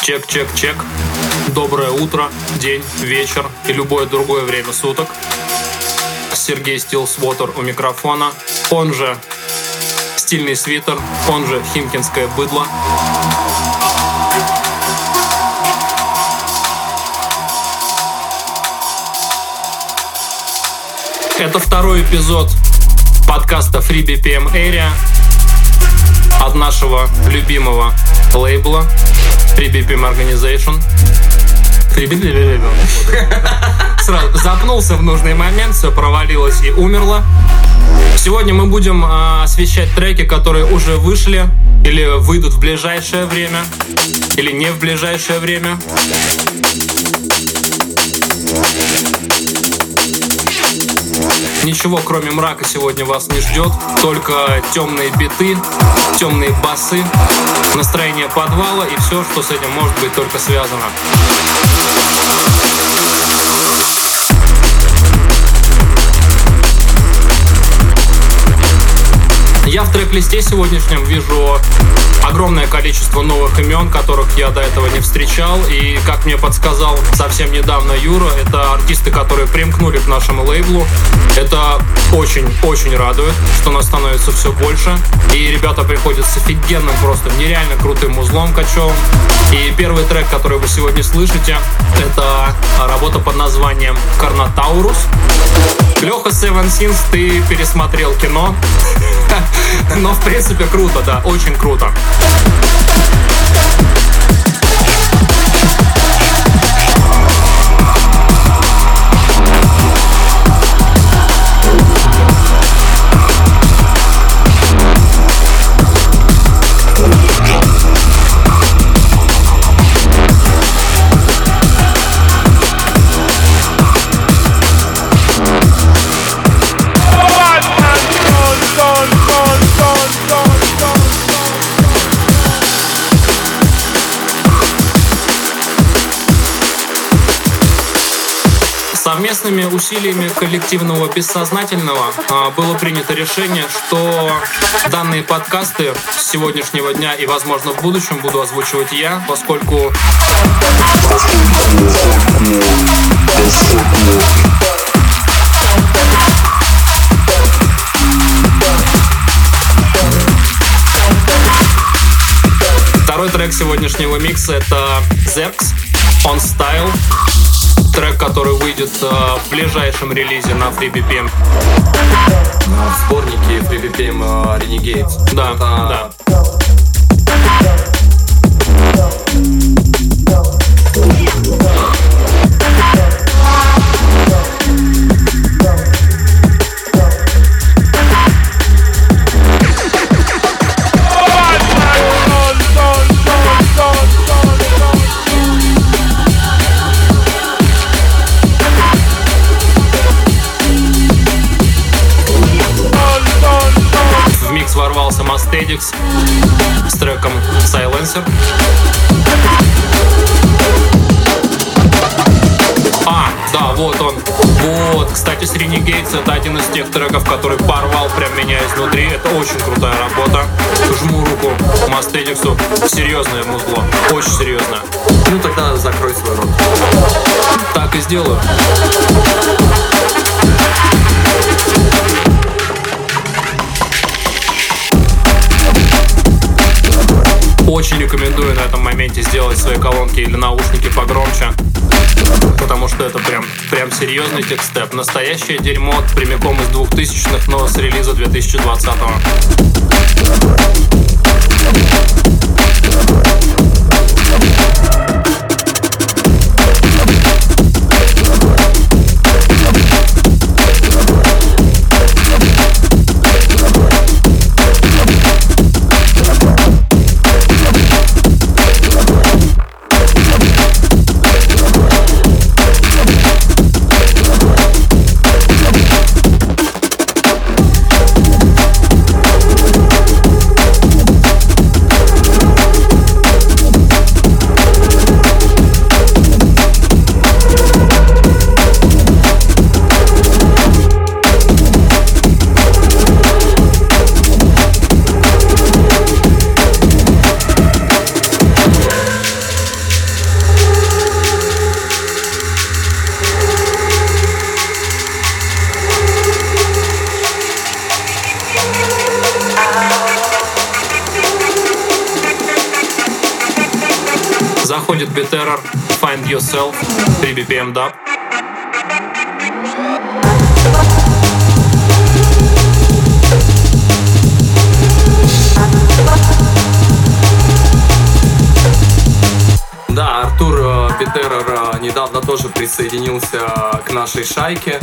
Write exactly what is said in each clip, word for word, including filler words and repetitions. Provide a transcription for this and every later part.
Чек-чек-чек. Доброе утро, день, вечер и любое другое время суток. Сергей Стилсвотер у микрофона. Он же Стильный свитер, он же Химкинское быдло. Это второй эпизод подкаста Free би пи эм Area от нашего любимого лейбла Free би пи эм Organization. Free би пи эм. Сразу запнулся в нужный момент, все провалилось и умерло. Сегодня мы будем а, освещать треки, которые уже вышли или выйдут в ближайшее время, или не в ближайшее время. Ничего, кроме мрака, сегодня вас не ждет. Только темные биты, темные басы, настроение подвала и все, что с этим может быть только связано. Я в трек-листе сегодняшнем вижу огромное количество новых имен, которых я до этого не встречал. И, как мне подсказал совсем недавно Юра, это артисты, которые примкнули к нашему лейблу. Это очень-очень радует, что нас становится все больше. И ребята приходят с офигенным, просто нереально крутым музлом качевым. И первый трек, который вы сегодня слышите, это работа под названием «Карнотаурус». Леха Seven Sins, ты пересмотрел кино. Но, в принципе, круто, да, очень круто. Совместными усилиями коллективного бессознательного а, было принято решение, что данные подкасты с сегодняшнего дня и, возможно, в будущем буду озвучивать я, поскольку... Второй трек сегодняшнего микса — это Zerx On Style. Трек, который выйдет э, в ближайшем релизе на Free би пи эм. В сборнике Free би пи эм uh, Renegades. Да, это... да. Ворвался Mastedix с треком Silencer. А, да, вот он. Вот, кстати, с Renegades это один из тех треков, который порвал прям меня изнутри. Это очень крутая работа. Жму руку Mastedix'у. Серьезное музло. Очень серьезное. Ну тогда закрой свой рот. Так и сделаю. Очень рекомендую на этом моменте сделать свои колонки или наушники погромче, потому что это прям, прям серьезный текстеп. Настоящее дерьмо прямиком из двухтысячных, но с релиза две тысячи двадцатого. выходит Beterror, Find Yourself, три би пи эм Dub. Да, Артур Beterror недавно тоже присоединился к нашей шайке.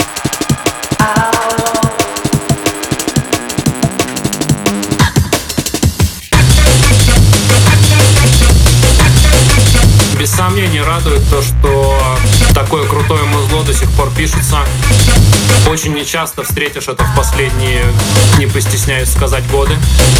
Без сомнений радует то, что такое крутое музло до сих пор пишется. Очень нечасто встретишь это в последние, не постесняюсь сказать, годы.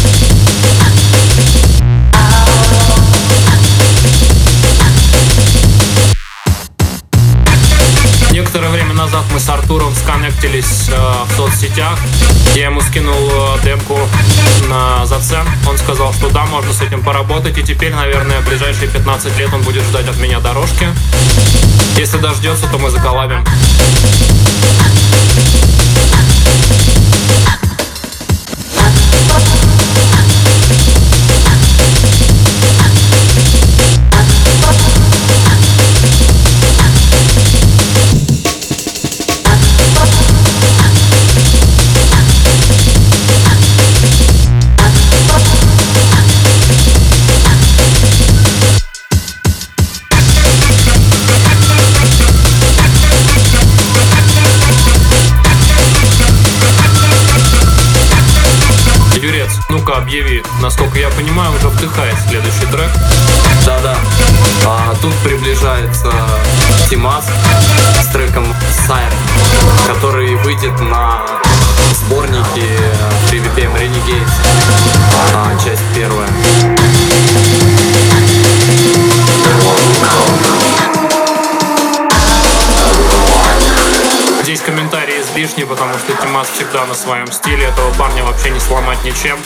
Некоторое время назад мы с Артуром сконнектились э, в соцсетях. Я ему скинул э, демку на зацен. Он сказал, что да, можно с этим поработать. И теперь, наверное, в ближайшие пятнадцать лет он будет ждать от меня дорожки. Если дождется, то мы заколлабим. Ну-ка, объяви. Насколько я понимаю, уже вдыхает следующий трек. Да-да. А, тут приближается Тимас с треком Siren, который выйдет на сборнике три би пи эм Renegades, а, часть первая. Здесь комментарии излишни, потому что Тимас всегда на своем стиле. Этого парня вообще не сломать ничем.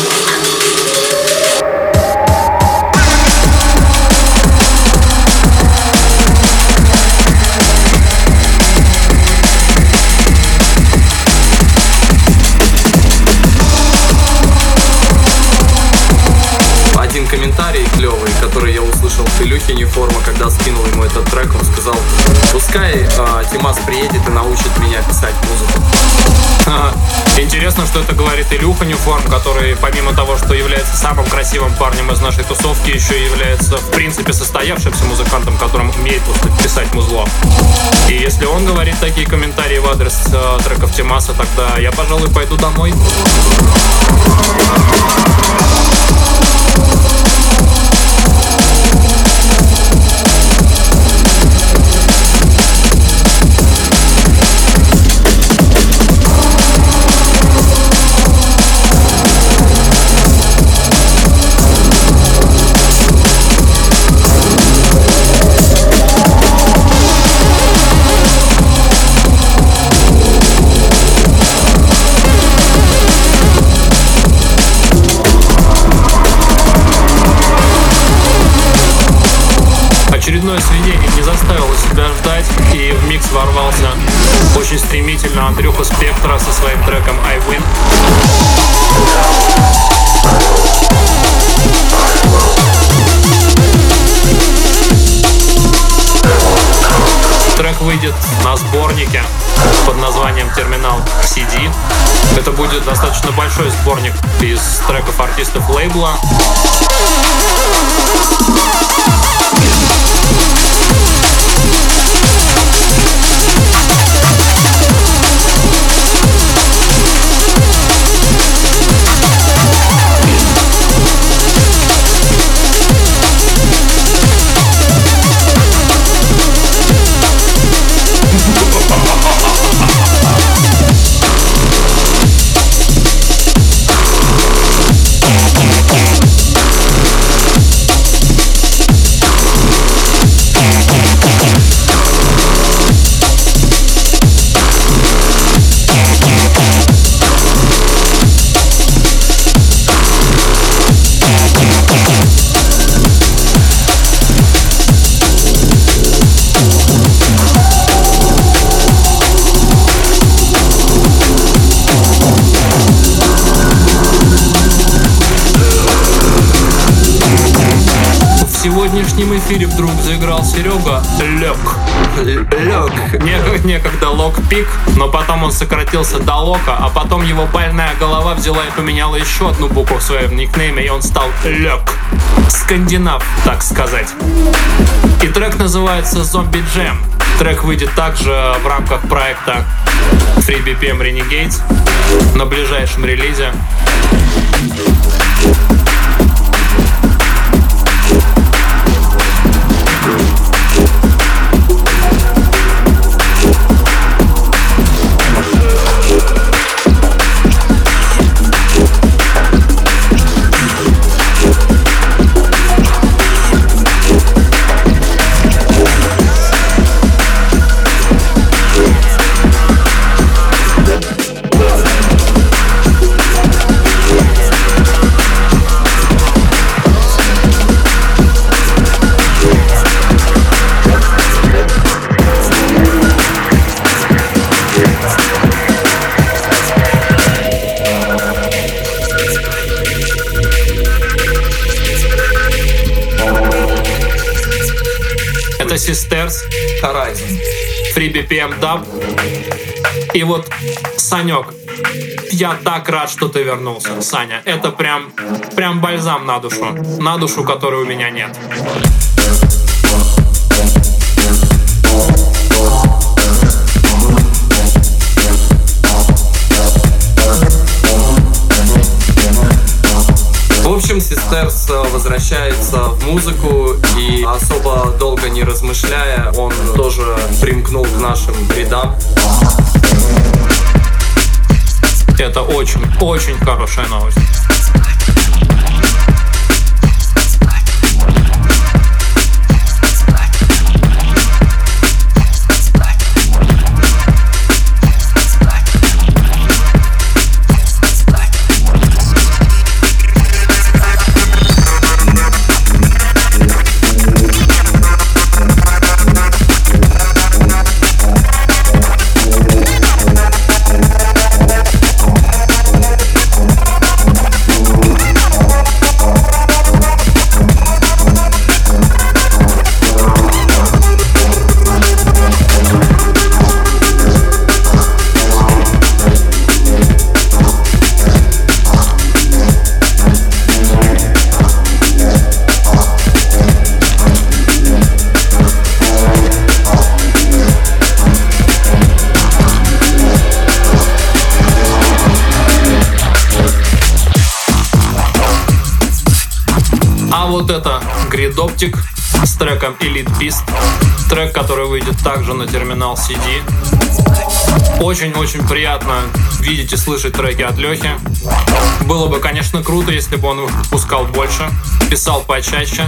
Один комментарий клевый, который я услышал в Илюхе Неформа, когда скинул ему этот трек, он сказал: пускай э, Тимас приедет и научит меня писать музыку. Интересно, что это говорит Илюха Неформ, который помимо того, что является самым красивым парнем из нашей тусовки, еще и является в принципе состоявшимся музыкантом, которым умеет писать музло. И если он говорит такие комментарии в адрес э, треков Тимаса, тогда я, пожалуй, пойду домой. Очередное сведение не заставило себя ждать, и в микс ворвался очень стремительно Андрюха Спектра со своим треком I Win. Трек выйдет на сборнике под названием Терминал си ди. Это будет достаточно большой сборник из треков артистов лейбла. сегодняшнем эфире вдруг заиграл Серега Лёк. Лёк. Некогда, некогда Лок-Пик, но потом он сократился до Лока, а потом его больная голова взяла и поменяла еще одну букву в своем никнейме, и он стал Лёк. Скандинав, так сказать. И трек называется Zombie Jam. Трек выйдет также в рамках проекта Free би пи эм Renegades на ближайшем релизе. Это Sisters, Horizon, Free би пи эм Dub. И вот, Санек, я так рад, что ты вернулся, Саня. Это прям, прям бальзам на душу. На душу, которой у меня нет. В общем, Sisters возвращается в музыку, и особо долго не размышляя, он тоже примкнул к нашим рядам. Это очень, очень хорошая новость. А вот это Grid Optic с треком Elite Beast. Трек, который выйдет также на терминал си ди. Очень-очень приятно видеть и слышать треки от Лёхи. Было бы, конечно, круто, если бы он выпускал больше, писал почаще.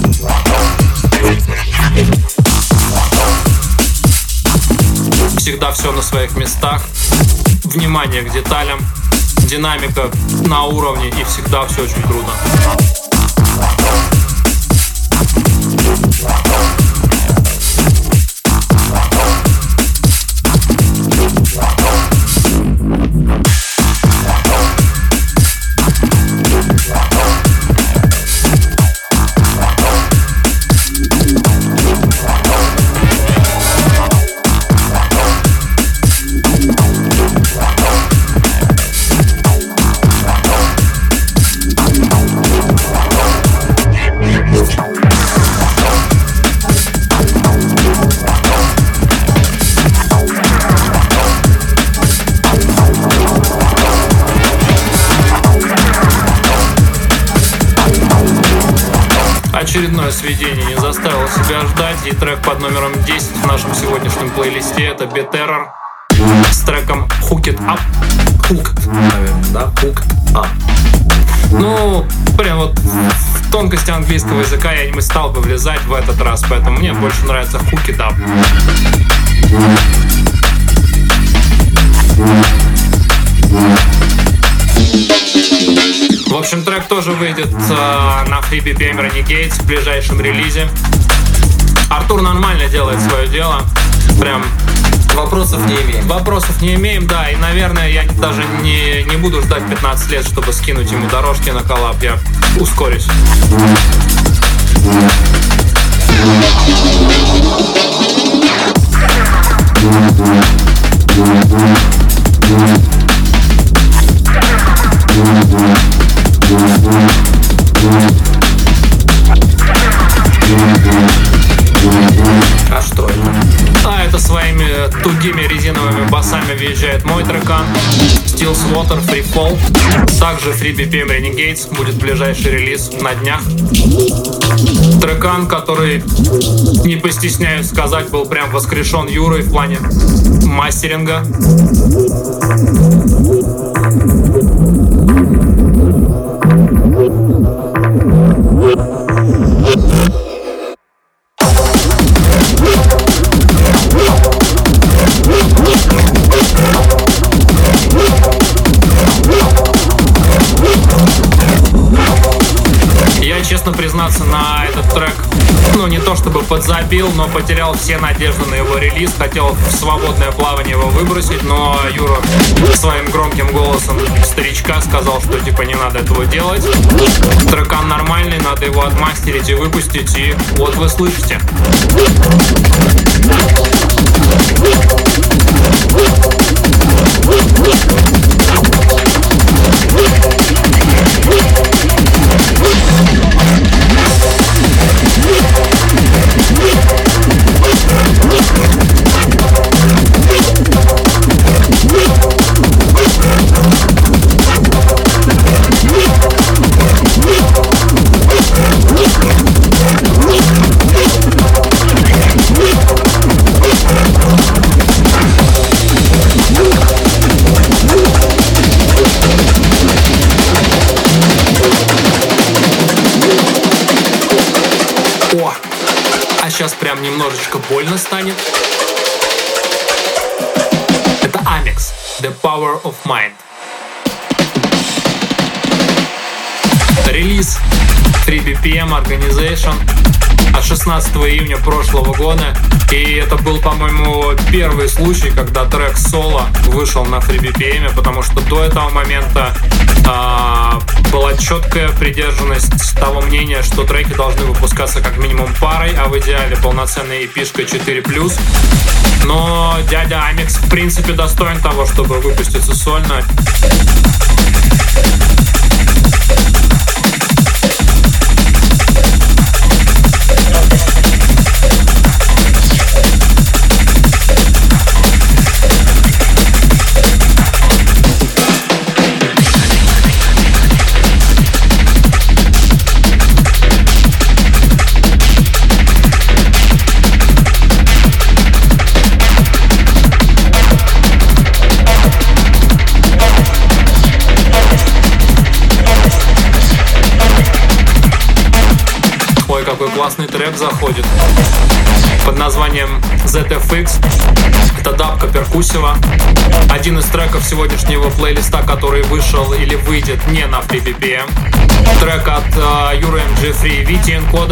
Всегда все на своих местах. Внимание к деталям. Динамика на уровне, и всегда все очень круто. Очередное сведение не заставило себя ждать, и трек под номером десять в нашем сегодняшнем плейлисте — это B-Terror с треком Hook It Up. Hooked, наверное, да? Hooked Up. Ну, прям вот в тонкости английского языка я не стал бы влезать в этот раз, поэтому мне больше нравится Hook It Up. В общем, трек тоже выйдет э, на Free би пи эм Renegades в ближайшем релизе. Артур нормально делает свое дело. Прям вопросов не имеем. Вопросов не имеем, да. И, наверное, я даже не, не буду ждать пятнадцать лет, чтобы скинуть ему дорожки на коллаб. Я ускорюсь. А что это? А это своими тугими резиновыми басами въезжает мой трекан Steals Water Free Fall. Также Free би пи эм Renegades будет ближайший релиз на днях. Трекан, который, не постесняюсь сказать, был прям воскрешен Юрой в плане мастеринга. Я, честно признаться, на этот трек, ну, не то чтобы подзабил, но потерял все надежды на его релиз. Хотел в свободное плавание его выбросить, но Юра своим громким голосом старичка сказал, что типа не надо этого делать. Трекан нормальный, надо его отмастерить и выпустить, и вот вы слышите. О, а сейчас прям немножечко больно станет. Это Amix, The Power of Mind. Релиз Free би пи эм Organization от шестнадцатого июня прошлого года. И это был, по-моему, первый случай, когда трек соло вышел на Free би пи эм, потому что до этого момента а, была четкая придержанность того мнения, что треки должны выпускаться как минимум парой, а в идеале полноценной и пи-шкой четыре плюс. Но дядя Amix в принципе достоин того, чтобы выпуститься сольно. Какой классный трек заходит под названием зет эф икс. Это дабка перкуссива. Один из треков сегодняшнего плейлиста, который вышел или выйдет не на Free би пи эм. Трек от uh, Юры эм джи Free и Вити Энкода.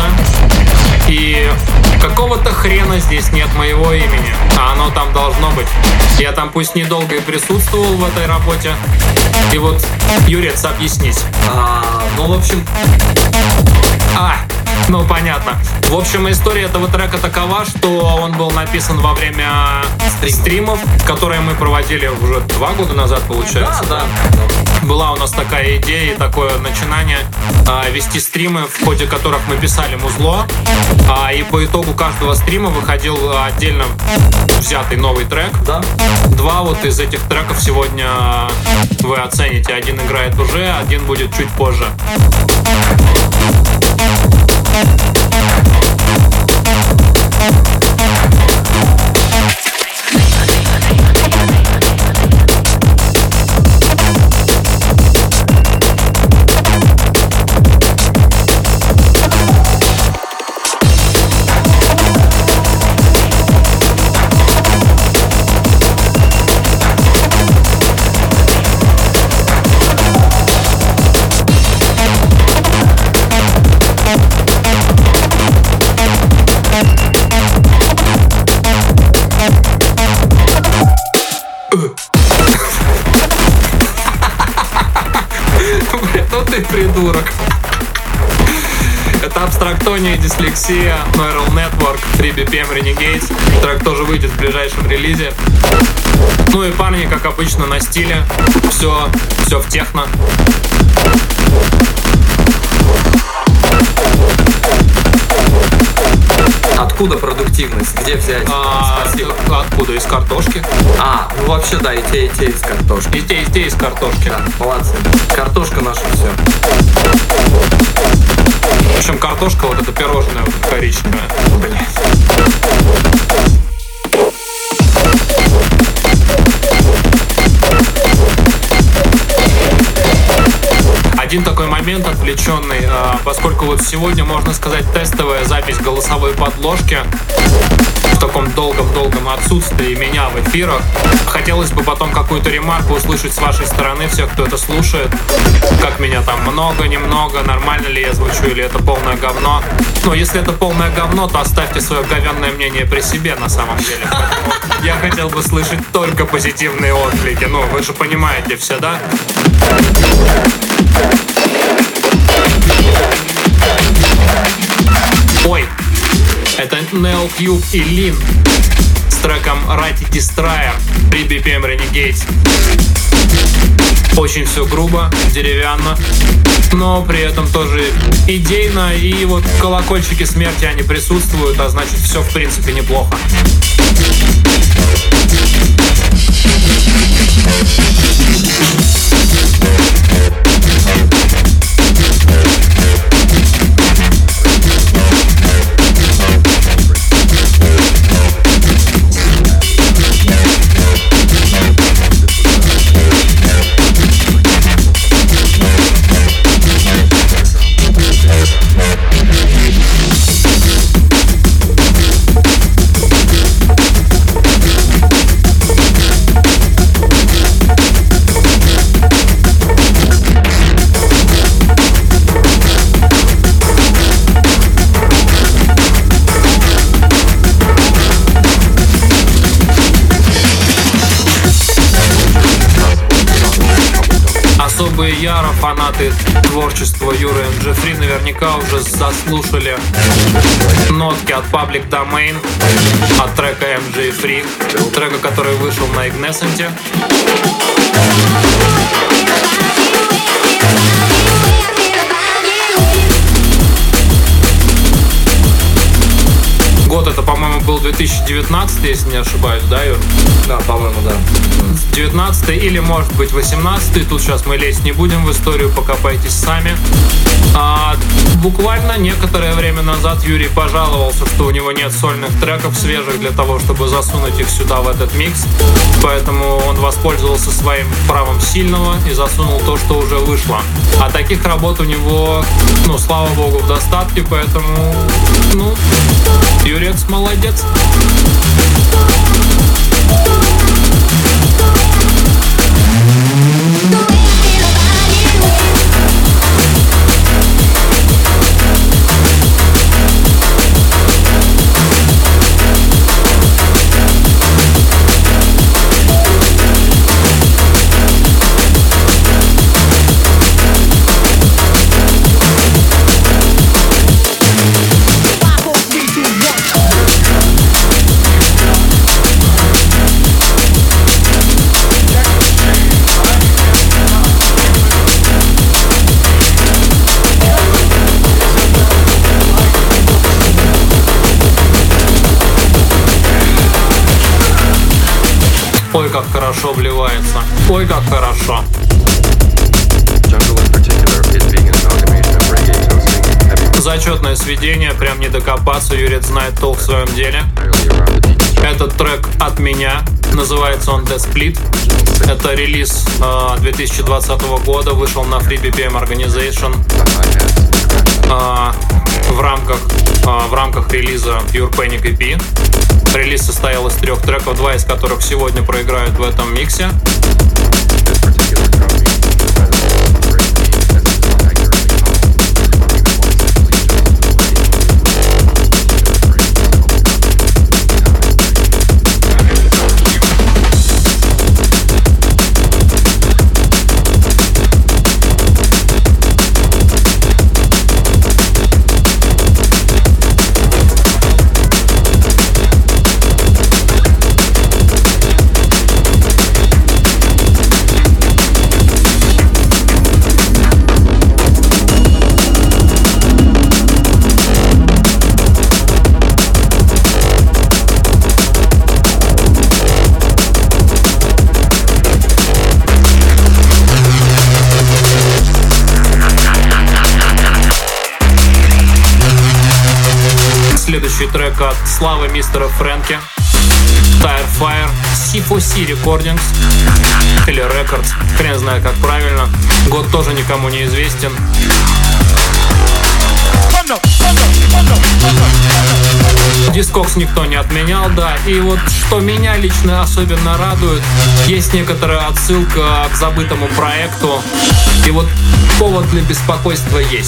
И какого-то хрена здесь нет моего имени, а оно там должно быть. Я там пусть недолго и присутствовал в этой работе. И вот, Юрец, объяснись. А, ну, в общем... А, ну понятно. В общем, история этого трека такова, что он был написан во время Стрим. стримов, которые мы проводили уже два года назад, получается. Да, да. Была у нас такая идея и такое начинание а, вести стримы, в ходе которых мы писали музло, а, и по итогу каждого стрима выходил отдельно взятый новый трек. Да. Два вот из этих треков сегодня вы оцените. Один играет уже, один будет чуть позже. Блин, ну ты придурок. Это Абстрактония, Дислексия, Neural Network, три би пи эм Renegades. Трек тоже выйдет в ближайшем релизе. Ну и парни, как обычно, на стиле. Все, все в техно. Откуда продуктивность? Где взять? А, Спасибо. Откуда? Из картошки? А, ну вообще да, и те, и те из картошки. И те, и те из картошки. Да, молодцы. Картошка наша все. В общем, картошка вот это пирожное вот коричневое. Блять. Один такой момент отвлеченный, поскольку вот сегодня, можно сказать, тестовая запись голосовой подложки в таком долгом-долгом отсутствии меня в эфирах. Хотелось бы потом какую-то ремарку услышать с вашей стороны, всех, кто это слушает. Как меня там много, немного, нормально ли я звучу или это полное говно. Но если это полное говно, то оставьте свое говенное мнение при себе на самом деле. Поэтому я хотел бы слышать только позитивные отклики. Ну, вы же понимаете все, да? Ой, это Neocube и Lin с треком Ratty Destroyer, три би пи эм Renegades. Очень все грубо, деревянно, но при этом тоже идейно, и вот колокольчики смерти, они присутствуют, а значит все в принципе неплохо. Особые яро фанаты творчества Юры эм джи Free наверняка уже заслушали нотки от Public Domain, от трека эм джи Free, трека, который вышел на Ignescent. Год это, по-моему, был две тысячи девятнадцатый, если не ошибаюсь, да, Юр? Да, по-моему, да. девятнадцатый или, может быть, восемнадцатый. Тут сейчас мы лезть не будем в историю, покопайтесь сами. А, буквально некоторое время назад Юрий пожаловался, что у него нет сольных треков свежих для того, чтобы засунуть их сюда, в этот микс. Поэтому он воспользовался своим правом сильного и засунул то, что уже вышло. А таких работ у него, ну, слава богу, в достатке, поэтому, ну, Юрец молодец. Ой, как хорошо вливается. Ой, как хорошо. Зачетное сведение, прям не докопаться, Юрец знает толк в своем деле. Этот трек от меня, называется он The Split. Это релиз э, две тысячи двадцатого года, вышел на три би пи эм Organization э, в рамках, э, в рамках релиза Pure Panic и пи. Релиз состоял из трех треков, два из которых сегодня проиграют в этом миксе. Следующий трек от Славы Мистера Фрэнки, Tire Fire, си фор си Recordings или Records, хрен знает как правильно, год тоже никому не известен. Дискокс никто не отменял, да. И вот что меня лично особенно радует, есть некоторая отсылка к забытому проекту. И вот повод для беспокойства есть.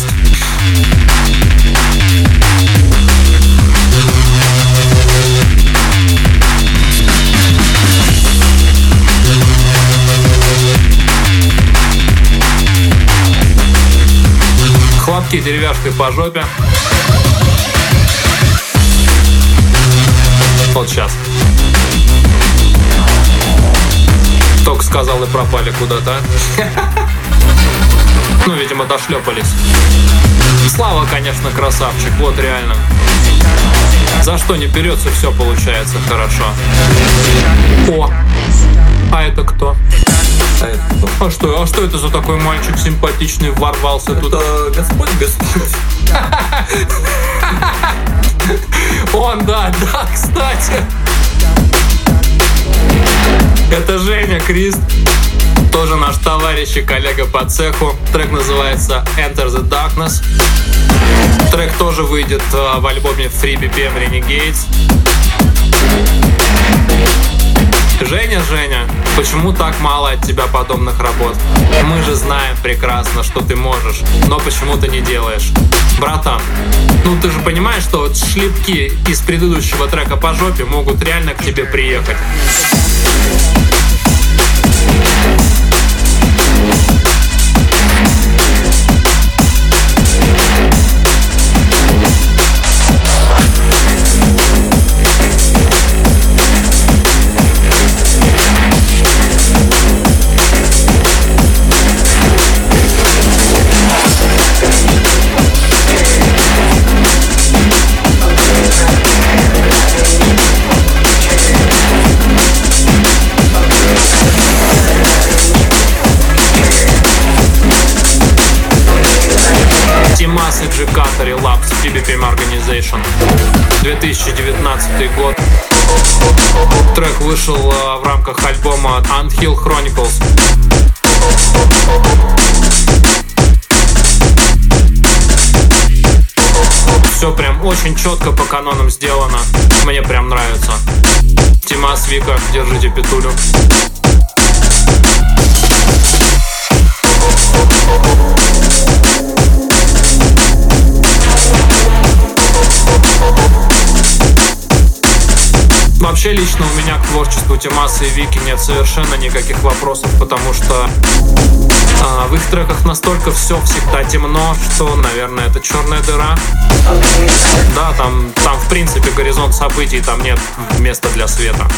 Хлопки деревяшкой по жопе. Вот сейчас. Только сказал и пропали куда-то. Ну, видимо, дошлепались. Слава, конечно, красавчик, вот реально. За что не берется, все получается хорошо. О, а это кто? А, это кто? А что, а что это за такой мальчик симпатичный ворвался это тут? Господь, Господь. Он, да, да, кстати. Это Женя Крист, тоже наш товарищ и коллега по цеху. Трек называется Enter the Darkness. Трек тоже выйдет в альбоме Free би пи эм Renegades. Женя, Женя, почему так мало от тебя подобных работ? Мы же знаем прекрасно, что ты можешь, но почему ты не делаешь. Братан, ну ты же понимаешь, что вот шлепки из предыдущего трека по жопе могут реально к тебе приехать. Тимас и Джикатори Labs, Free би пи эм Organization, две тысячи девятнадцатый год. Трек вышел в рамках альбома Unhill Chronicles. Все прям очень четко по канонам сделано. Мне прям нравится. Тимас, Вика, держите петулю. Вообще лично у меня к творчеству Тимаса и Вики нет совершенно никаких вопросов, потому что а, в их треках настолько все всегда темно, что, наверное, это черная дыра. Да, там, там в принципе горизонт событий, там нет места для света.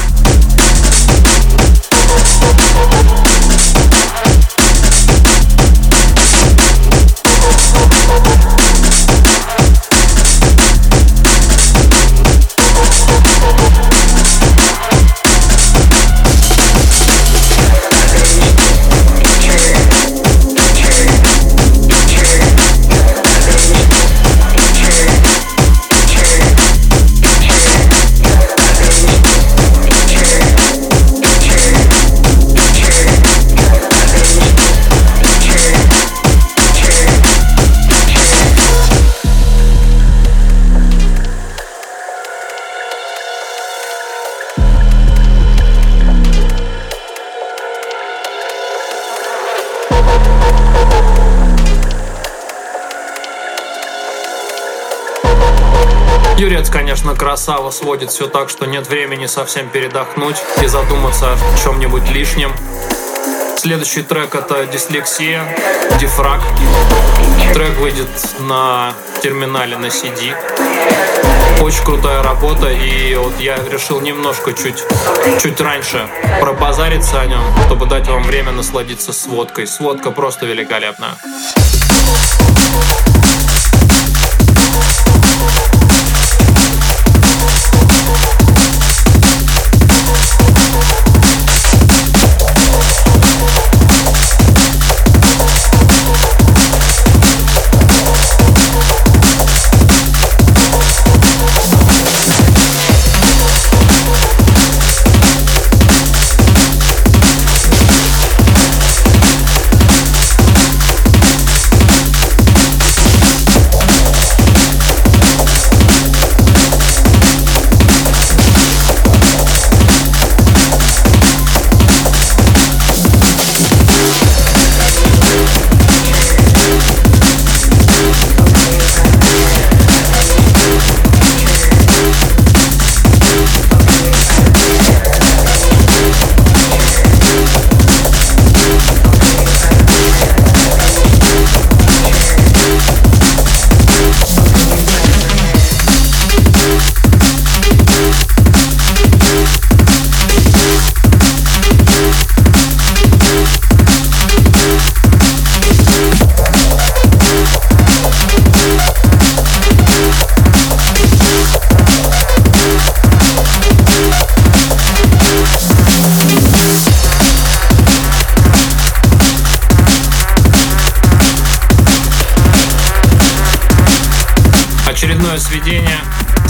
Юрец, конечно, красава, сводит все так, что нет времени совсем передохнуть и задуматься о чем-нибудь лишнем. Следующий трек — это Дислексия, Дифраг. Трек выйдет на терминале на си ди. Очень крутая работа, и вот я решил немножко чуть, чуть раньше пробазариться о нем, чтобы дать вам время насладиться сводкой. Сводка просто великолепная.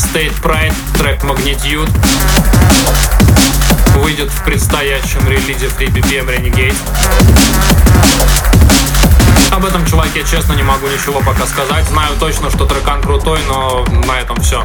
State Pride, трек Magnitude. Выйдет в предстоящем релизе Free би пи эм Renegade. Об этом чуваке, честно, не могу ничего пока сказать. Знаю точно, что трекан крутой, но на этом все.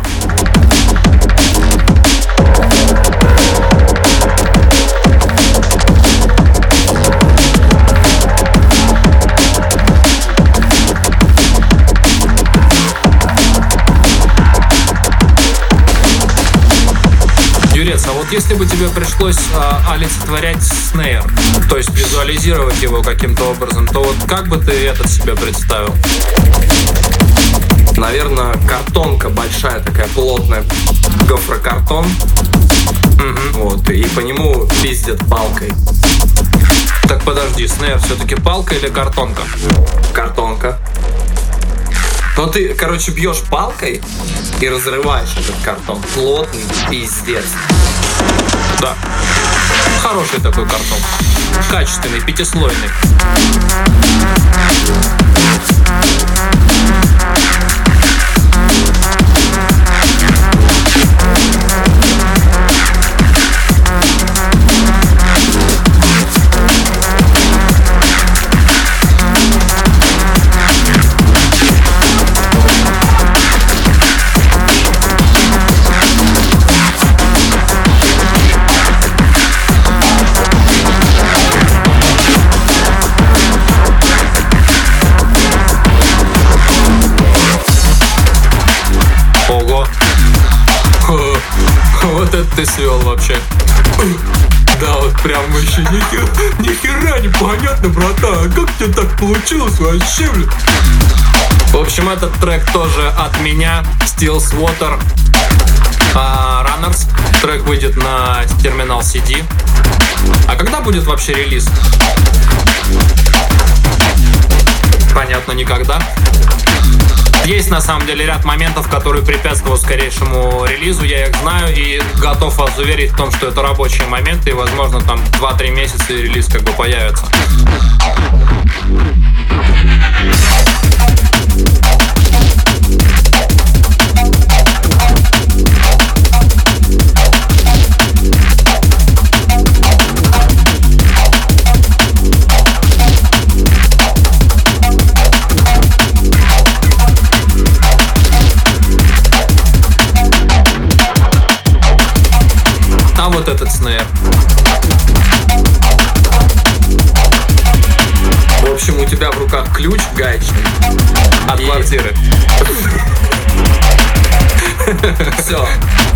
Юрец, а вот если бы тебе пришлось а, олицетворять снейр, то есть визуализировать его каким-то образом, то вот как бы ты этот себе представил? Наверное, картонка большая, такая плотная, гофрокартон. Угу. Вот, и по нему пиздят палкой. Так подожди, снейр все-таки палка или картонка? Картонка. Но ты, короче, бьешь палкой и разрываешь этот картон. Плотный пиздец. Да. Хороший такой картон. Качественный, пятислойный. Вот это ты свел вообще. Да, вот прям вообще ни хера, ни хера не понятно, братан. Как тебе так получилось вообще, блин? В общем, этот трек тоже от меня. Steals Water uh, Runners. Трек выйдет на терминал си ди. А когда будет вообще релиз? Понятно, никогда. Есть на самом деле ряд моментов, которые препятствуют скорейшему релизу, я их знаю и готов вас уверить в том, что это рабочие моменты, и возможно там два-три месяца и релиз как бы появится. А вот этот снейр. В общем, у тебя в руках ключ гаечный от и... квартиры. Все.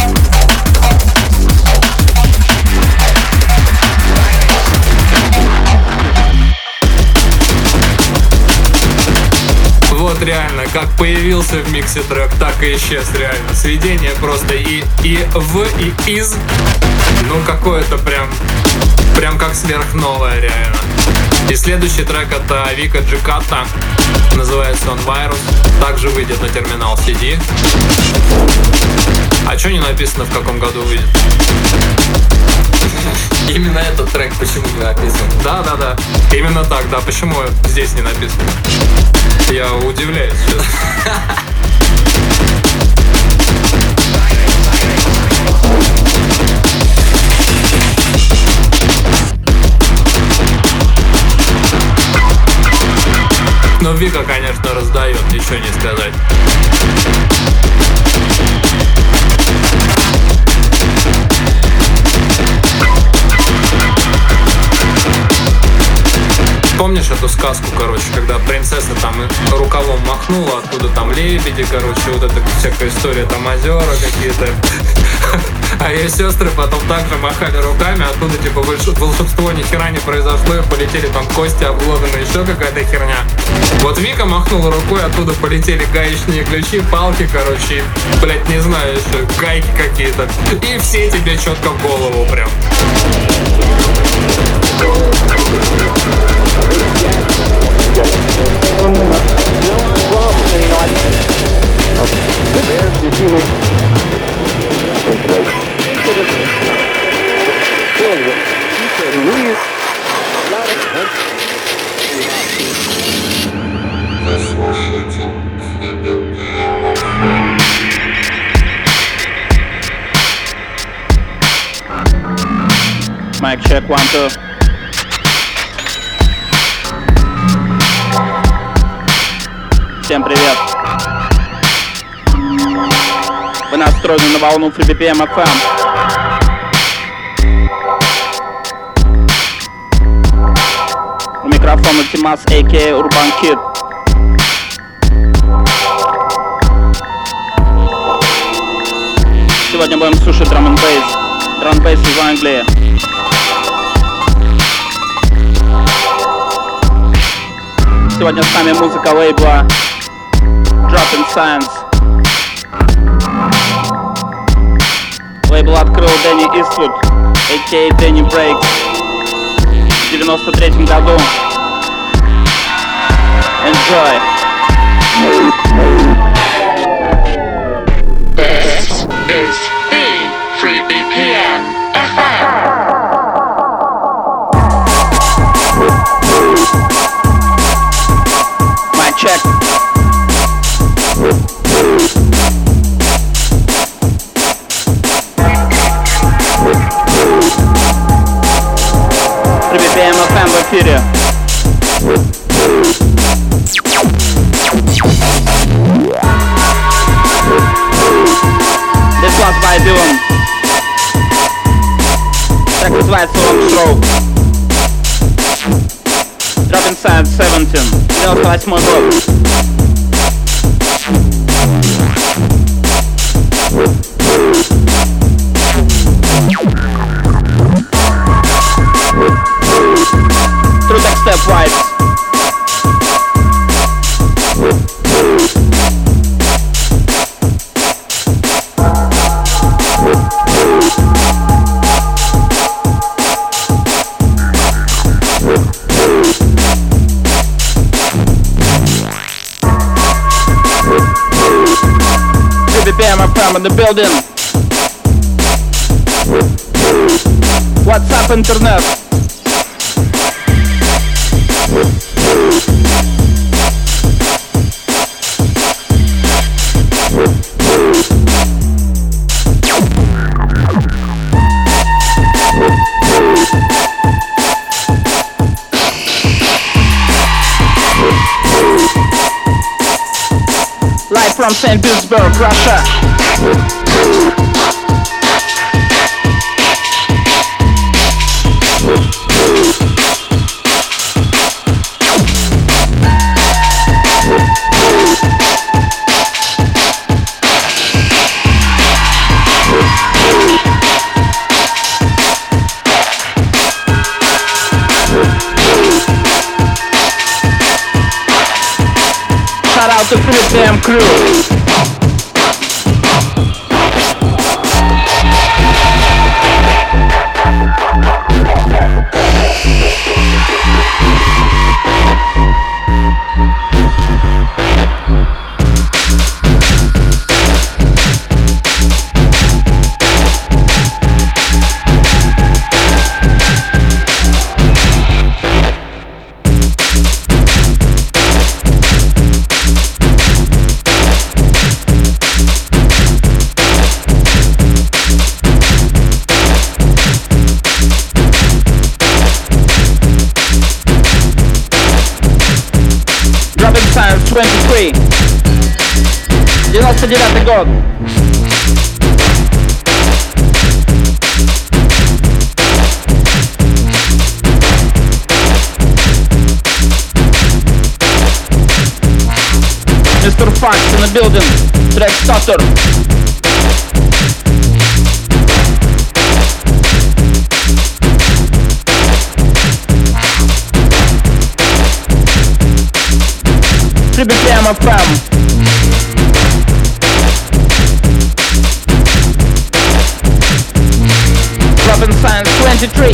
Вот реально, как появился в миксе трек, так и исчез реально. Сведение просто и, и в, и из. Ну, какое-то прям, прям как сверхновое реально. И следующий трек это Вика Джиката. Называется он Virus. Также выйдет на терминал си ди. А что не написано, в каком году выйдет? Именно этот трек почему не написан? Да, да, да. Именно так, да. Почему здесь не написано? Я удивляюсь сейчас. Но Вика, конечно, раздает, ничего не сказать. Помнишь эту сказку, короче, когда принцесса там рукавом махнула, оттуда там лебеди, короче, вот эта всякая история, там озера какие-то. А ее сестры потом также махали руками, оттуда типа волшебство ни хера не произошло, и полетели там кости обглоданные, еще какая-то херня. Вот Вика махнула рукой, оттуда полетели гаечные ключи, палки, короче, и, блять, не знаю, еще гайки какие-то. И все тебе четко в голову прям. check, one, two. Всем привет. Вы настроены на волну FreeBPM эф эм. У микрофона Тимас, а ка а Urban Kid. Сегодня будем слушать драм н бейс. Драм н бейс из Англии. Сегодня с нами музыка лейбла Dropping Science. Лейбл открыл Дэнни Иствуд, а ка а Дэнни Брейкс, в девяносто третьем году. Enjoy! This is the FreeBPM эф эм. My check. FreeBPM эф эм в эфире. This was by Dylan. Трек называется Long Stroke. Dropping Science семнадцать, девяносто восьмой год. True Tech Step Vibes. FreeBPM эф эм in the building. What's up, internet? Live from Saint Petersburg, Russia. Shout out to FreeBPM crew. двадцать три. девяносто девятый год. мистер Fox in the building. Трек Stutter. FreeBPM эф эм. Dropping Science двадцать три.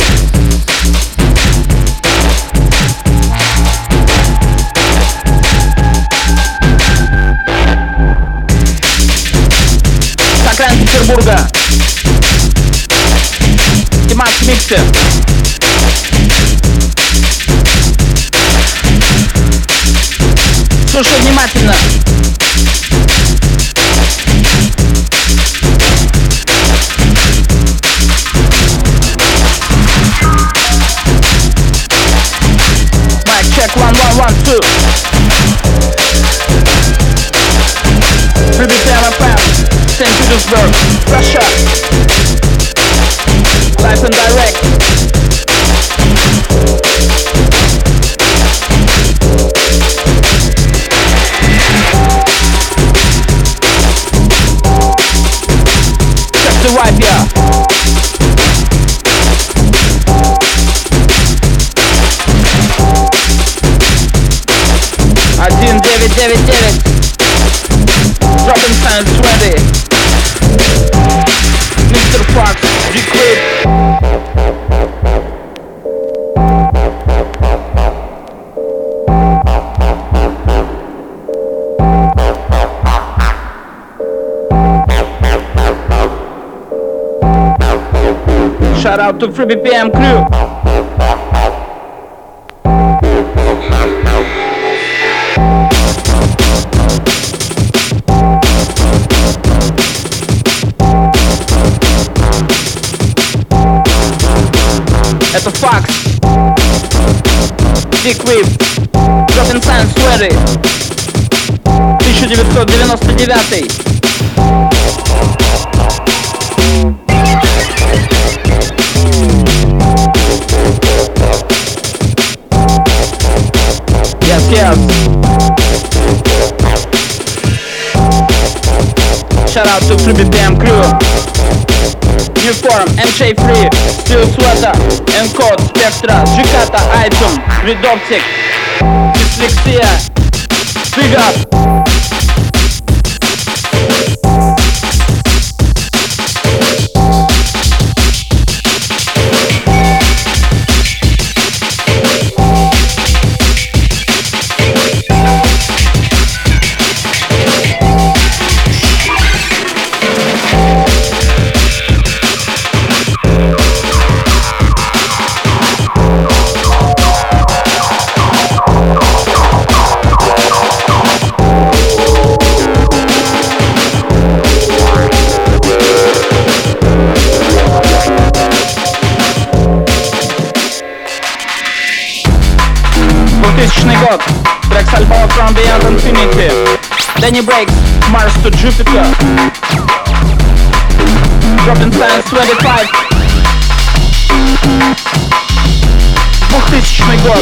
С окраин Петербурга. Тимас в миксе. Слушай внимательно. M, one, two. three B P M F M, Saint Petersburg, Russia. Live and direct. Check the vibe, yeah. Один девять девять девять. Dropping Science twenty. Мистер Fox, Decrypt. Shout out to three B P M crew. Это факт. Decrypt. Dropping Science twenty. тысяча девятьсот девяносто девятый. Yes, yes. Shout out to three B P M crew. New Form, эм джей Free, Steel Sweater, Encode, Spectra, Jikata, Item, Redoptic, Dyslexia, Big Up. двухтысячный год. Трек с альбома From Beyond Infinity. Danny Breaks, Mars to Jupiter. Dropping Science twenty-five. двухтысячный год.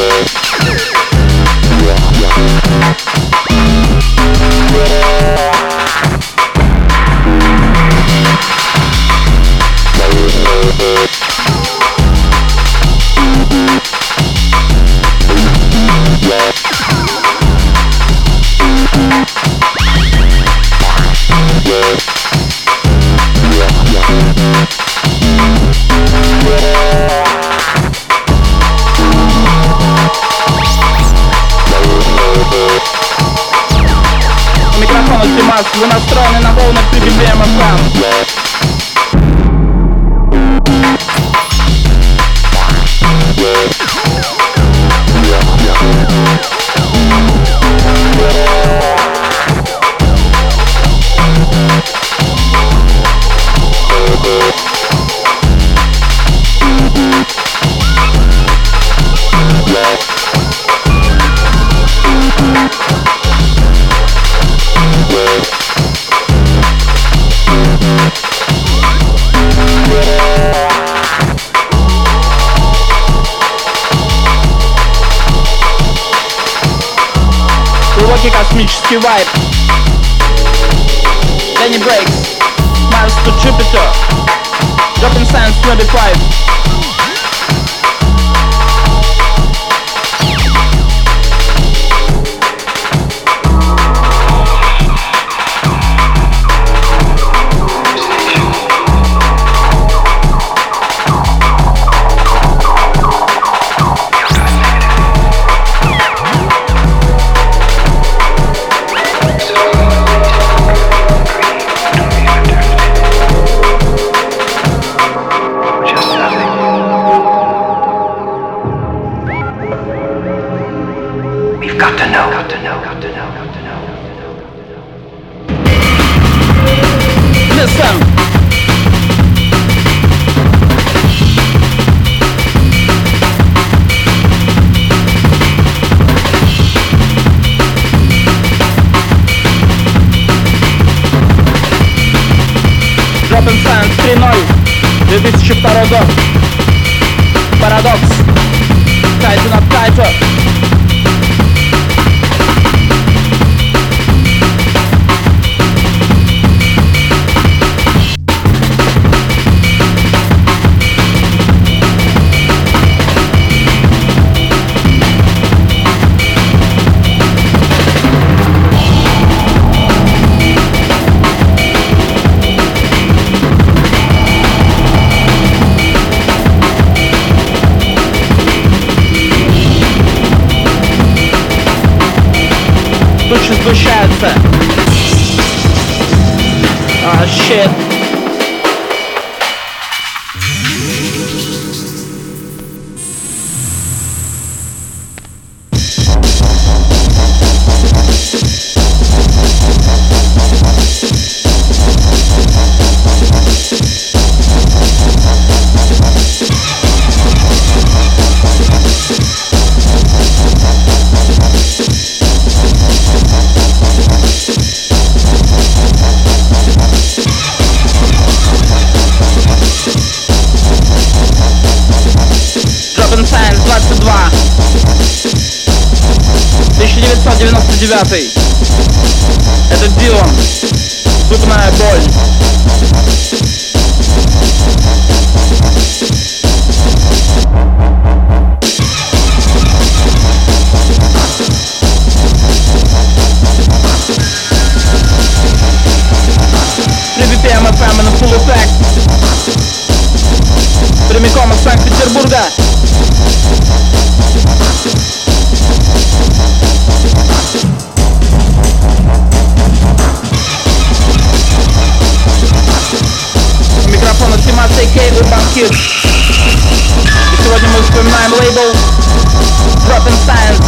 У микрофона Тимас, вы настроены на волнах три би пи эм эф эм. Глубокий космический вайб. Danny Breaks, Mars to Jupiter. Dropping Science twenty-five. Got to know, got to know, got to know, got to know. Listen. тысяча второй год. Парадокс. Tighten up tighter. Тучи сгущаются. А, щит. двадцать два. тысяча девятьсот девяносто девятый. Это Дилан. Зубная боль. три би пи эм эф эм на full effect. Прямиком из Санкт-Петербурга. Микрофон от Тимаса Кей, Urban Kids. И сегодня мы вспоминаем лейбл Drop in Science.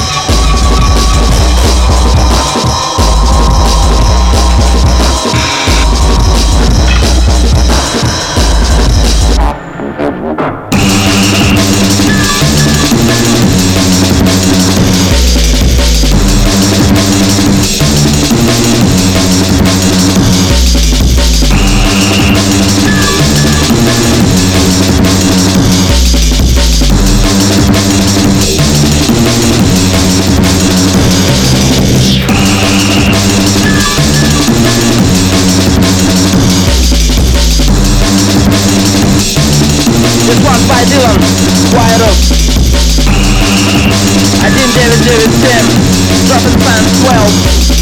This one's by Dylan, Wire один девять девять семь, Drop in Science двенадцать.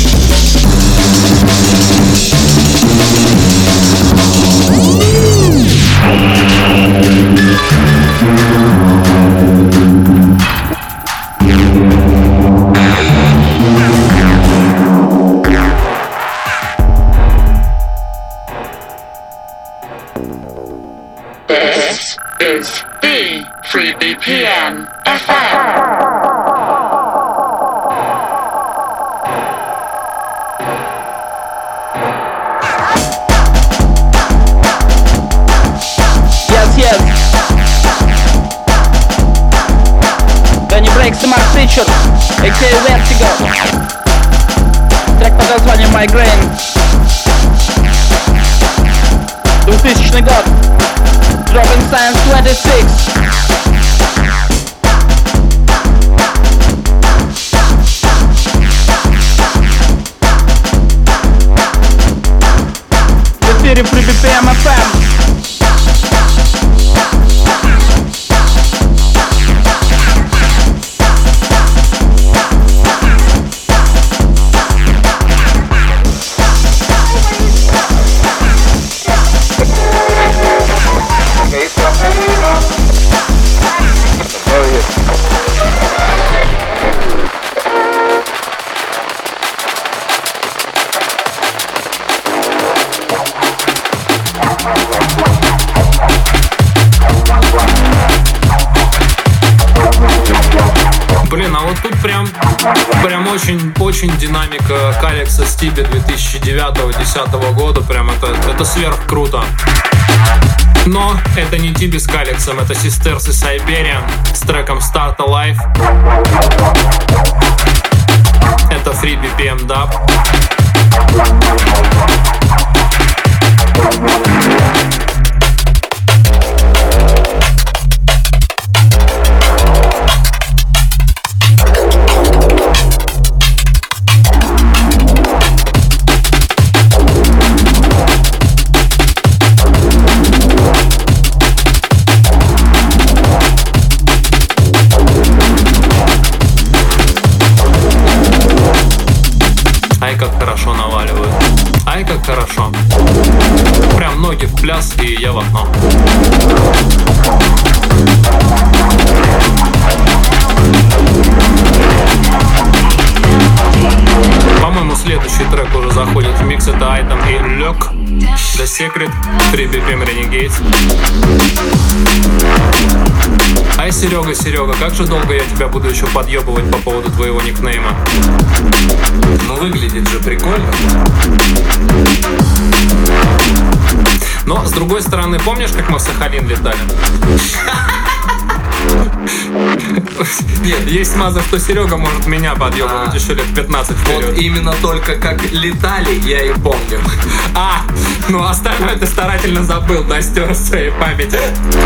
This is the Free B P M эф эм. Yes. Danny Breaks и Mark Richard, а ка а. Vertigo. Трек под названием Migraine. двухтысячный год. Drop in Science двадцать шесть. В эфире Free би пи эм эф эм. Блин, а вот тут прям, прям очень, очень динамика Калекса Стиби две тысячи девятого-десятого года, прям это, это сверх круто. Но это не Тиби с Калексом, это Sisters и Siberian с треком Start Alive. Это Free би пи эм Dub. в пляс, и я в окно. По-моему, следующий трек уже заходит в микс. Это Item и Лёк, The Secret, три би пи эм Renegades. Ай, Серега, Серега, как же долго я тебя буду еще подъебывать по поводу твоего никнейма? Ну, выглядит же прикольно. Но, с другой стороны, помнишь, как мы в Сахалин летали? Нет, есть смаза, что Серега может меня подъебывать а, еще лет пятнадцать вперед. Вот именно только как летали, я и помню. А, ну остальное ты старательно забыл, да, стер в своей памяти.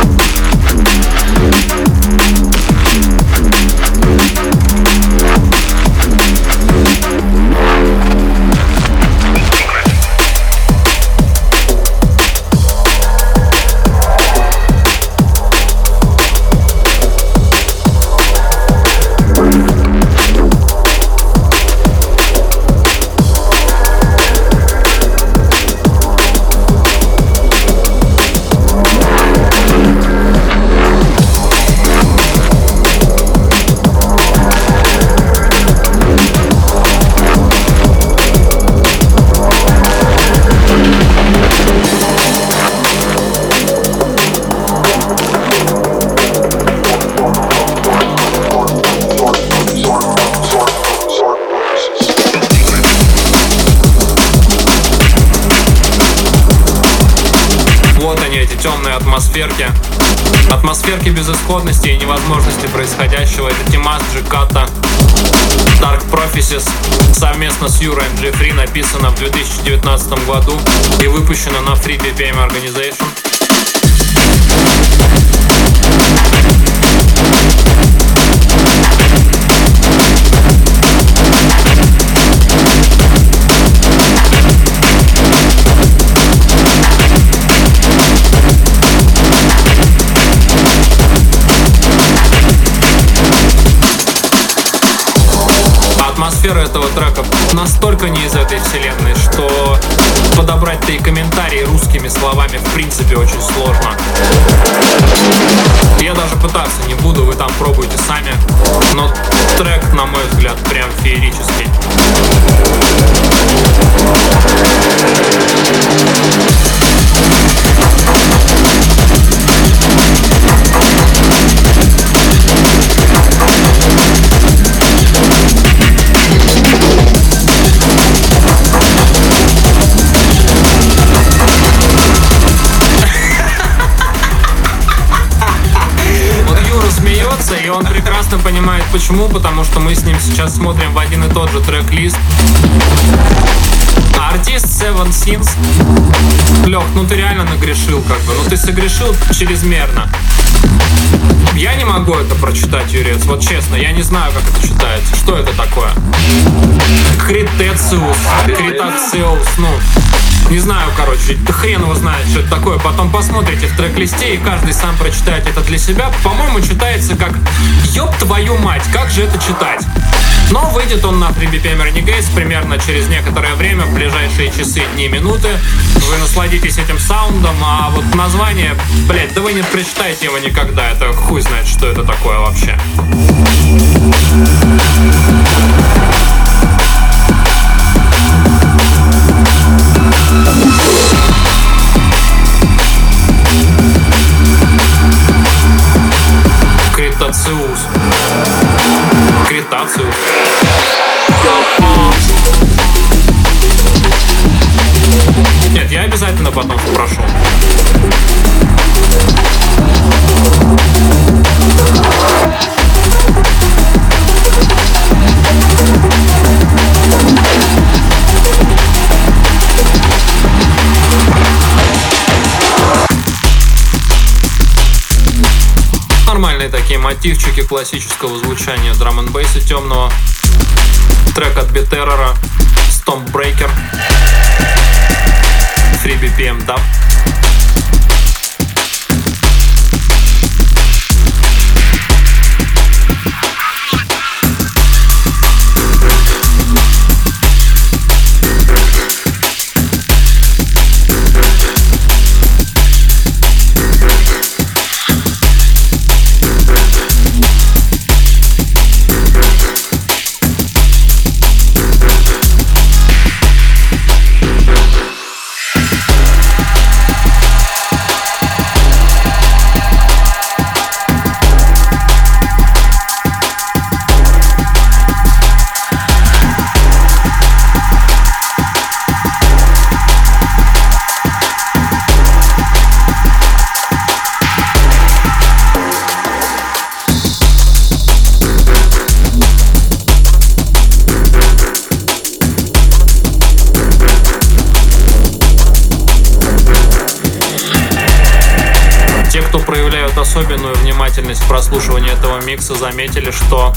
Темные атмосферки. Атмосферки безысходности и невозможности происходящего. Это Тимас, Джиката, Dark Prophecies совместно с Юрой эм джей Free, написано в две тысячи девятнадцатом году и выпущено на Free би пи эм Organization. Атмосфера этого трека настолько не из этой вселенной, что подобрать-то и комментарии русскими словами в принципе очень сложно. Я даже пытаться не буду, вы там пробуйте сами. Но трек, на мой взгляд, прям феерический. И он прекрасно понимает почему, потому что мы с ним сейчас смотрим в один и тот же трек-лист. Артист Seven Sins. Лёх, ну ты реально нагрешил как бы, ну ты согрешил чрезмерно. Я не могу это прочитать, Юрец, вот честно, я не знаю, как это читается. Что это такое? Критециус, Критациус, ну... Не знаю, короче, хрен его знает, что это такое. Потом посмотрите в трек-листе, и каждый сам прочитает это для себя. По-моему, читается как «Ёб твою мать, как же это читать?» Но выйдет он на Free би пи эм Renegades примерно через некоторое время, в ближайшие часы, дни, минуты. Вы насладитесь этим саундом, а вот название, блять, да вы не прочитаете его никогда. Это хуй знает, что это такое вообще. Критациус. Критациус. Нет, я обязательно потом спрошу. Нормальные такие мотивчики классического звучания драм-н-бейса темного. Трек от Бетеррора, Stompbreaker, Free би пи эм Dub. особенную внимательность в прослушивании этого микса, заметили, что...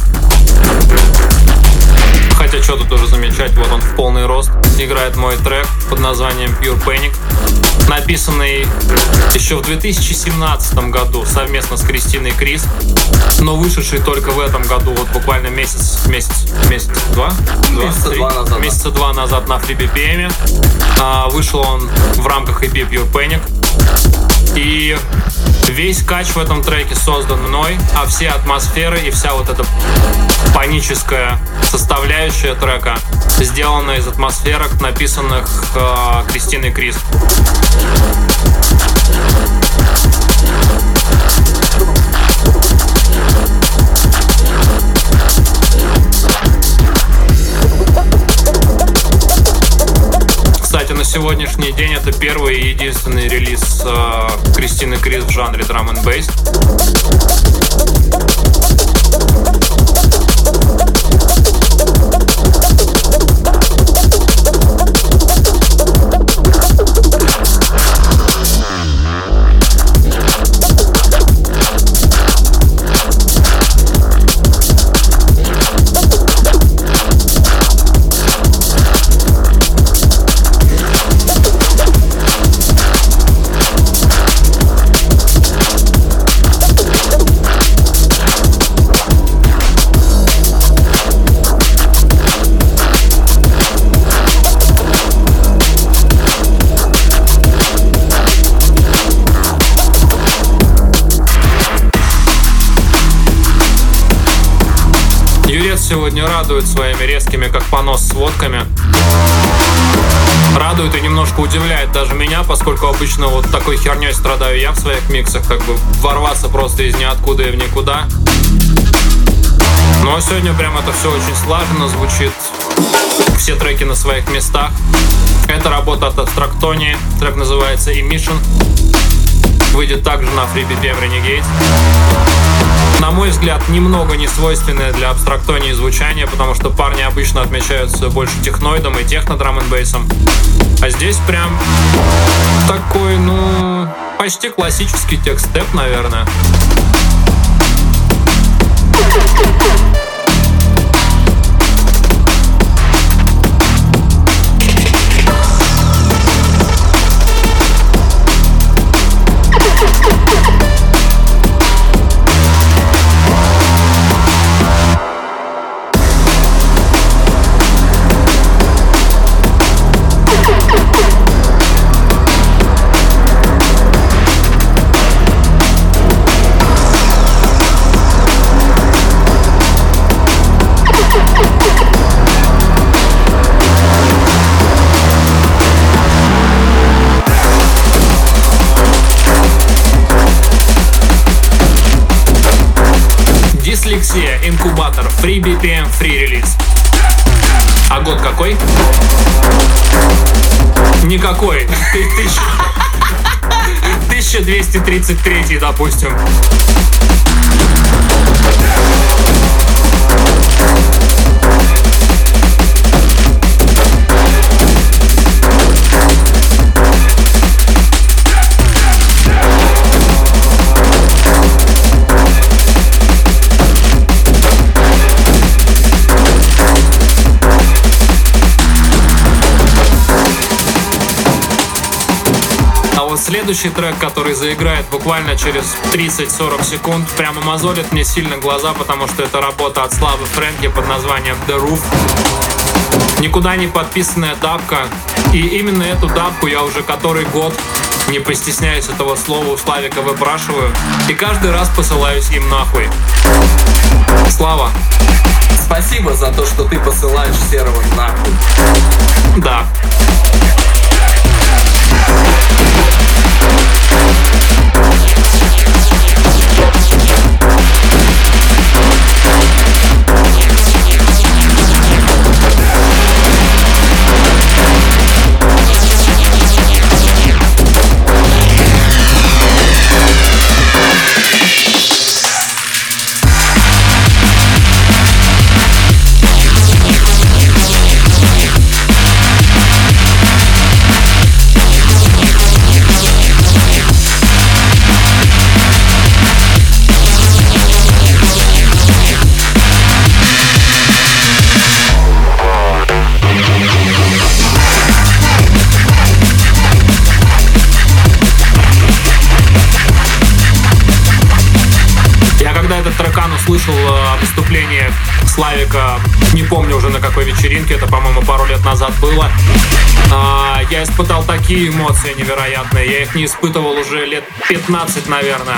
Хотя что тут уже замечать, вот он в полный рост играет мой трек под названием Pure Panic, написанный еще в две тысячи семнадцатом году совместно с Кристиной Крис, но вышедший только в этом году, вот буквально месяц, месяц, месяц, два? Месяца два назад. Месяца два назад на Free би пи эм. А, вышел он в рамках и пи Pure Panic. И весь кач в этом треке создан мной, а все атмосферы и вся вот эта паническая составляющая трека сделана из атмосферок, написанных э, Кристиной Крис. Кстати, на сегодняшний день это первый и единственный релиз э, Кристины Крис в жанре драм энд бейс. Сегодня радует своими резкими, как понос, сводками. Радует и немножко удивляет даже меня, поскольку обычно вот такой херней страдаю я в своих миксах, как бы ворваться просто из ниоткуда и в никуда. Но сегодня прям это все очень слаженно звучит. Все треки на своих местах. Это работа от Abstractonia. Трек называется Emission. Выйдет также на Free би пи эм Renegade. На мой взгляд, немного не свойственное для Abstractonia звучание, потому что парни обычно отмечаются больше техноидом и техно-драм-н-бейсом. А здесь прям такой, ну, почти классический текст-степ, наверное. Dyslexia, Инкубатор, Free би пи эм, Free релиз. А год какой? Никакой. тысяча двести тридцать третий, допустим. Следующий трек, который заиграет буквально через тридцать-сорок секунд, прямо мозолит мне сильно глаза, потому что это работа от Славы Фрэнки под названием The Roof. Никуда не подписанная дабка. И именно эту дабку я уже который год, не постесняюсь этого слова, у Славика выпрашиваю. И каждый раз посылаюсь им нахуй. Слава. Спасибо за то, что ты посылаешь Серого нахуй. Да. Славика, не помню уже на какой вечеринке, это, по-моему, пару лет назад было. А, я испытал такие эмоции невероятные, я их не испытывал уже лет пятнадцать, наверное.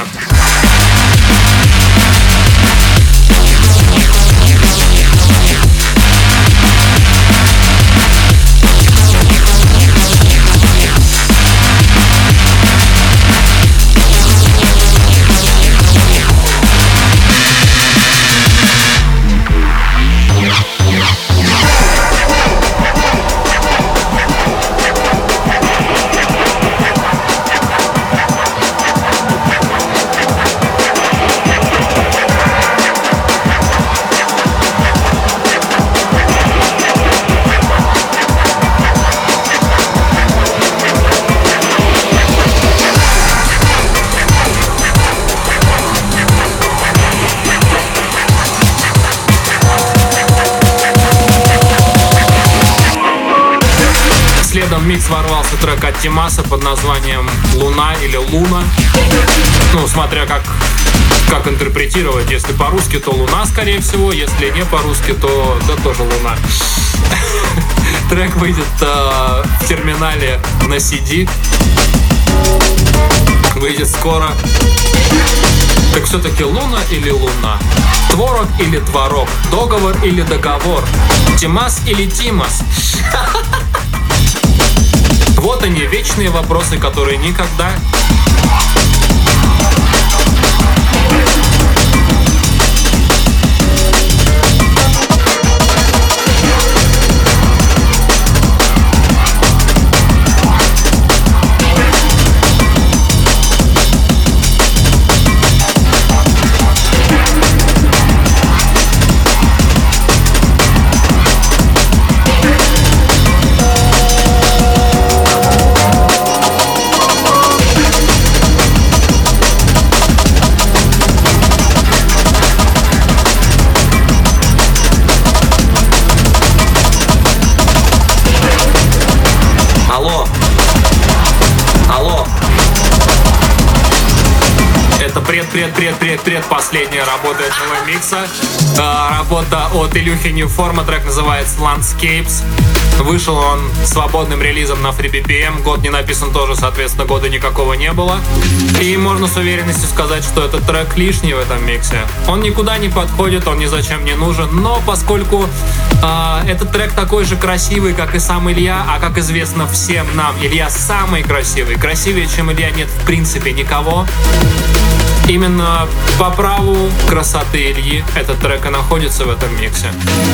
Следом в микс ворвался трек от Тимаса под названием «Луна» или «Луна». Ну, смотря как, как интерпретировать. Если по-русски, то «Луна», скорее всего. Если не по-русски, то да, тоже «Луна». Трек выйдет э, в терминале на си ди. Выйдет скоро. Так все-таки «Луна» или «Луна»? Творог или творог? Договор или договор? Тимас или Тимас? Вот они, вечные вопросы, которые никогда... Алло. Алло. Это пред-пред-пред-пред-пред последняя работа этого микса. А, работа от Илюхи Ньюформа, трек называется Landscapes. Вышел он свободным релизом на Free би пи эм. Год не написан тоже, соответственно, года никакого не было. И можно с уверенностью сказать, что этот трек лишний в этом миксе. Он никуда не подходит, он ни зачем не нужен. Но поскольку э, этот трек такой же красивый, как и сам Илья, а как известно всем нам, Илья самый красивый. Красивее, чем Илья, нет в принципе никого. Именно по праву красоты Ильи этот трек и находится в этом миксе.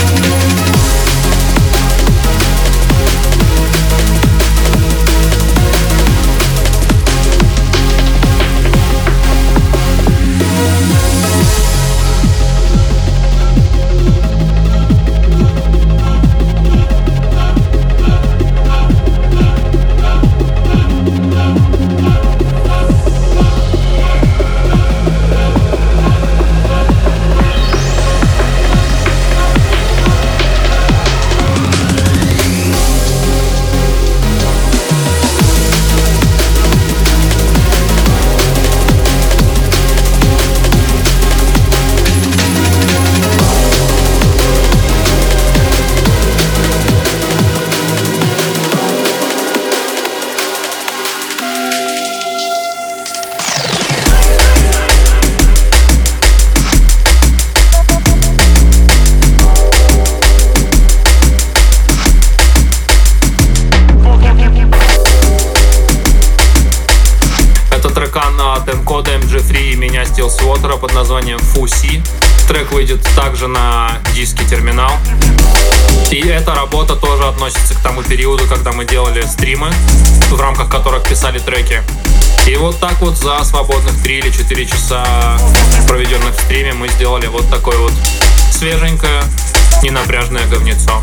эм джи три и меня Стилсвотера под названием Фуси. Трек выйдет также на диске Терминал. И эта работа тоже относится к тому периоду, когда мы делали стримы, в рамках которых писали треки. И вот так вот за свободных три или четыре часа, проведенных в стриме, мы сделали вот такое вот свеженькое, ненапряжное говнецо.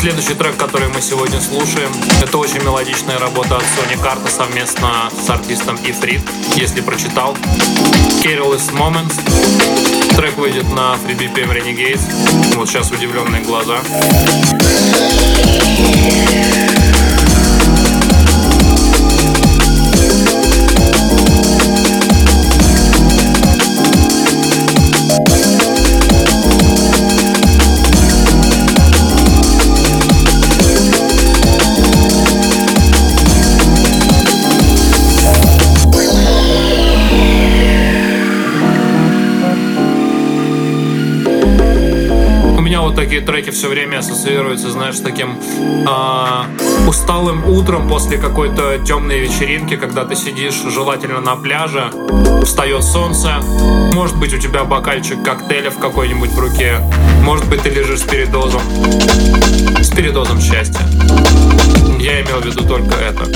Следующий трек, который мы сегодня слушаем, это очень мелодичная работа от Sony Carta совместно с артистом Ifrit, если прочитал. Careless Moments. Трек выйдет на Free би пи эм Renegades. Вот сейчас удивленные глаза. Вот такие треки все время ассоциируются, знаешь, с таким э, усталым утром после какой-то темной вечеринки, когда ты сидишь желательно на пляже, встает солнце, может быть у тебя бокальчик коктейля в какой-нибудь в руке, может быть ты лежишь с передозом, с передозом счастья. Я имел в виду только это.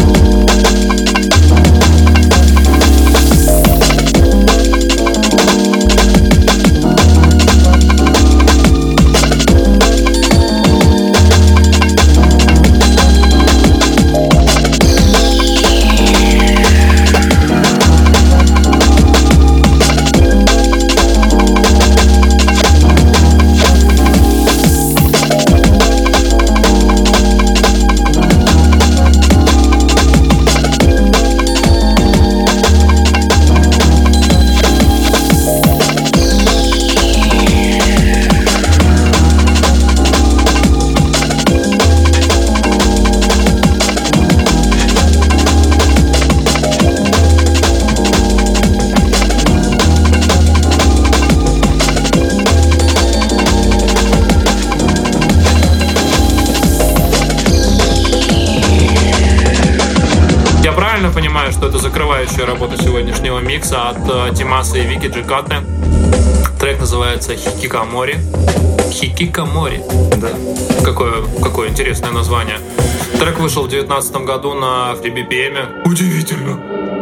Понимаю, что это закрывающая работа сегодняшнего микса от uh, Тимаса и Вики Джикаты. Трек называется Хикикамори. Хикикамори. Да. Какое, какое интересное название. Трек вышел в девятнадцатом году на Free би пи эм. Удивительно.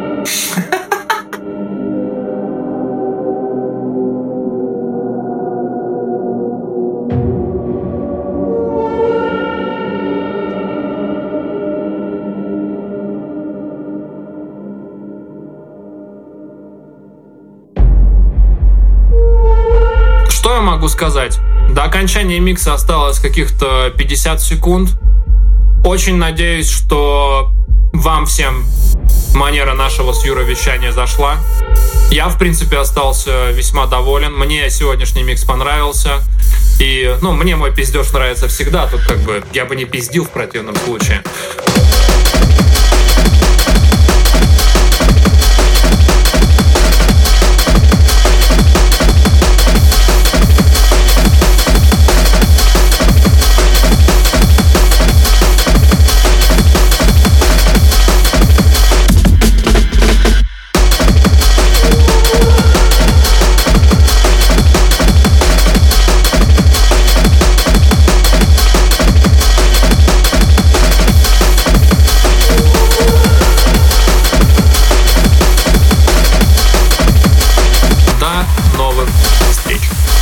Что я могу сказать? До окончания микса осталось каких-то пятьдесят секунд. Очень надеюсь, что вам всем манера нашего с Юрой вещания зашла. Я, в принципе, остался весьма доволен. Мне сегодняшний микс понравился. И, ну, мне мой пиздеж нравится всегда. Тут как бы я бы не пиздил в противном случае. До новых встреч!